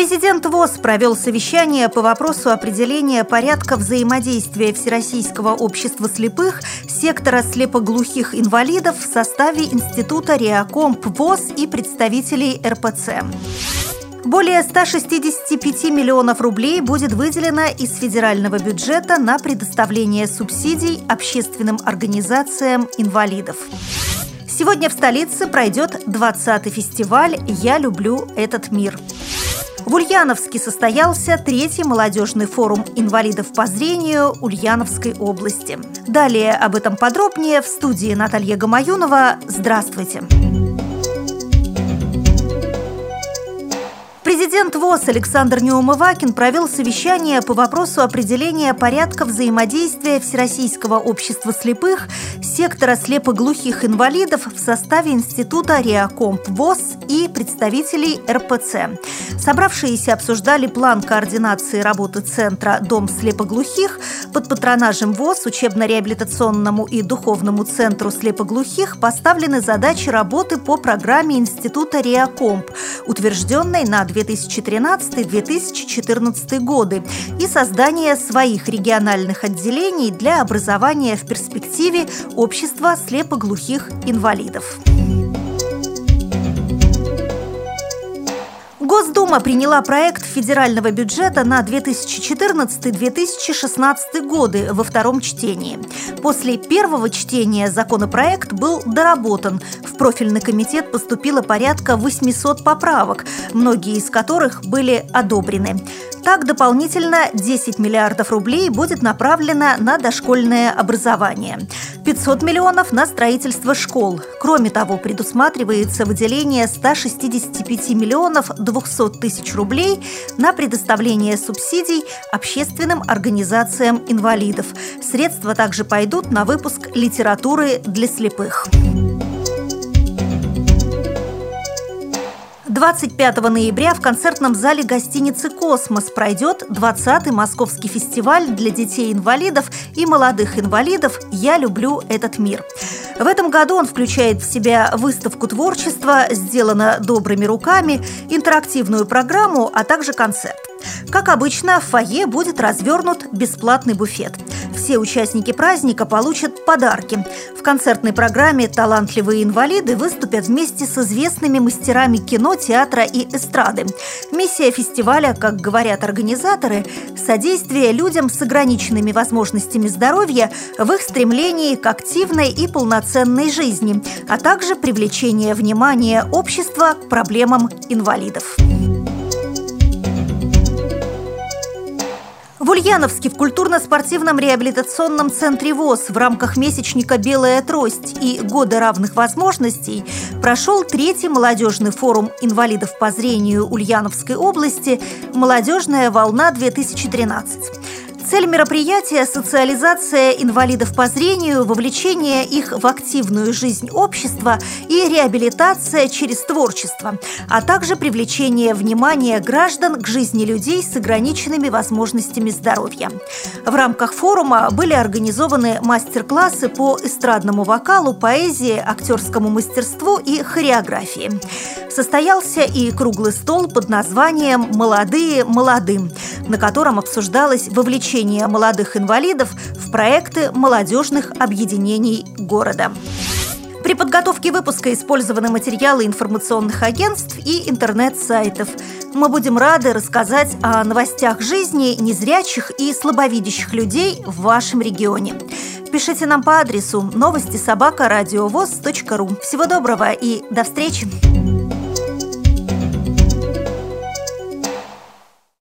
Президент ВОС провел совещание по вопросу определения порядка взаимодействия Всероссийского общества слепых, сектора слепоглухих инвалидов в составе Института РИАКомп ВОС и представителей РПЦ. Более 165 миллионов рублей будет выделено из федерального бюджета на предоставление субсидий общественным организациям инвалидов. Сегодня в столице пройдет 20-й фестиваль «Я люблю этот мир». В Ульяновске состоялся 3-й молодежный форум инвалидов по зрению Ульяновской области. Далее об этом подробнее в студии Наталья Гамаюнова. Здравствуйте! Президент ВОС Александр Неумывакин провел совещание по вопросу определения порядка взаимодействия Всероссийского общества слепых, сектора слепоглухих инвалидов в составе Института РИАКомп ВОС и представителей РПЦ. Собравшиеся обсуждали план координации работы Центра «Дом слепоглухих». Под патронажем ВОС учебно-реабилитационному и духовному центру слепоглухих поставлены задачи работы по программе Института РИАКомп, утвержденной на 2013-2014 годы, и создание своих региональных отделений для образования в перспективе общества слепоглухих инвалидов. Госдума приняла проект федерального бюджета на 2014-2016 годы во втором чтении. После первого чтения законопроект был доработан. В профильный комитет поступило порядка 800 поправок, многие из которых были одобрены. Так, дополнительно 10 миллиардов рублей будет направлено на дошкольное образование, 500 миллионов на строительство школ. Кроме того, предусматривается выделение 165 миллионов 200 тысяч рублей на предоставление субсидий общественным организациям инвалидов. Средства также пойдут на выпуск литературы для слепых. 25 ноября в концертном зале гостиницы «Космос» пройдет 20-й Московский фестиваль для детей-инвалидов и молодых инвалидов «Я люблю этот мир». В этом году он включает в себя выставку творчества «Сделано добрыми руками», интерактивную программу, а также концерт. Как обычно, в фойе будет развернут бесплатный буфет. Все участники праздника получат подарки. В концертной программе талантливые инвалиды выступят вместе с известными мастерами кино, театра и эстрады. Миссия фестиваля, как говорят организаторы, содействие людям с ограниченными возможностями здоровья в их стремлении к активной и полноценной жизни, а также привлечение внимания общества к проблемам инвалидов. В Ульяновске в культурно-спортивном реабилитационном центре ВОС в рамках месячника «Белая трость» и Года равных возможностей прошел 3-й молодежный форум инвалидов по зрению Ульяновской области «Молодежная волна-2013». Цель мероприятия – социализация инвалидов по зрению, вовлечение их в активную жизнь общества и реабилитация через творчество, а также привлечение внимания граждан к жизни людей с ограниченными возможностями здоровья. В рамках форума были организованы мастер-классы по эстрадному вокалу, поэзии, актерскому мастерству и хореографии. Состоялся и круглый стол под названием «Молодые молодым», на котором обсуждалось вовлечение молодых инвалидов в проекты молодежных объединений города. При подготовке выпуска использованы материалы информационных агентств и интернет-сайтов. Мы будем рады рассказать о новостях жизни незрячих и слабовидящих людей в вашем регионе. Пишите нам по адресу новости@радиовос.ру. Всего доброго и до встречи!